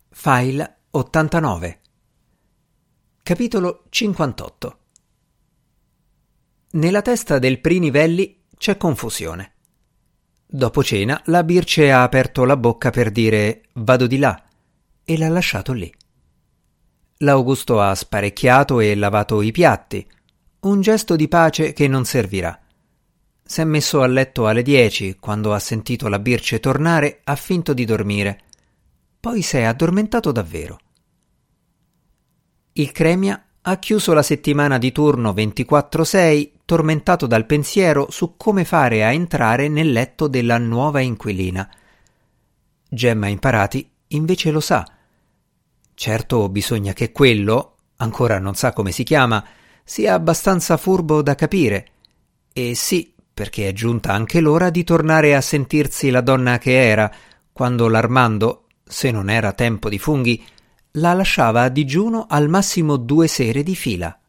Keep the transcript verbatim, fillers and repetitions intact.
File ottantanove. Capitolo cinquantotto. Nella testa del Prinivelli c'è confusione. Dopo cena la Birce ha aperto la bocca per dire «vado di là» e l'ha lasciato lì. L'Augusto ha sparecchiato e lavato i piatti, un gesto di pace che non servirà. S'è messo a letto alle dieci, quando ha sentito la Birce tornare, ha finto di dormire. Poi s'è addormentato davvero. Il Cremia ha chiuso la settimana di turno ventiquattro sei tormentato dal pensiero su come fare a entrare nel letto della nuova inquilina. Gemma Imparati invece lo sa. Certo bisogna che quello, ancora non sa come si chiama, sia abbastanza furbo da capire. E sì, perché è giunta anche l'ora di tornare a sentirsi la donna che era, quando l'Armando, se non era tempo di funghi, la lasciava a digiuno al massimo due sere di fila.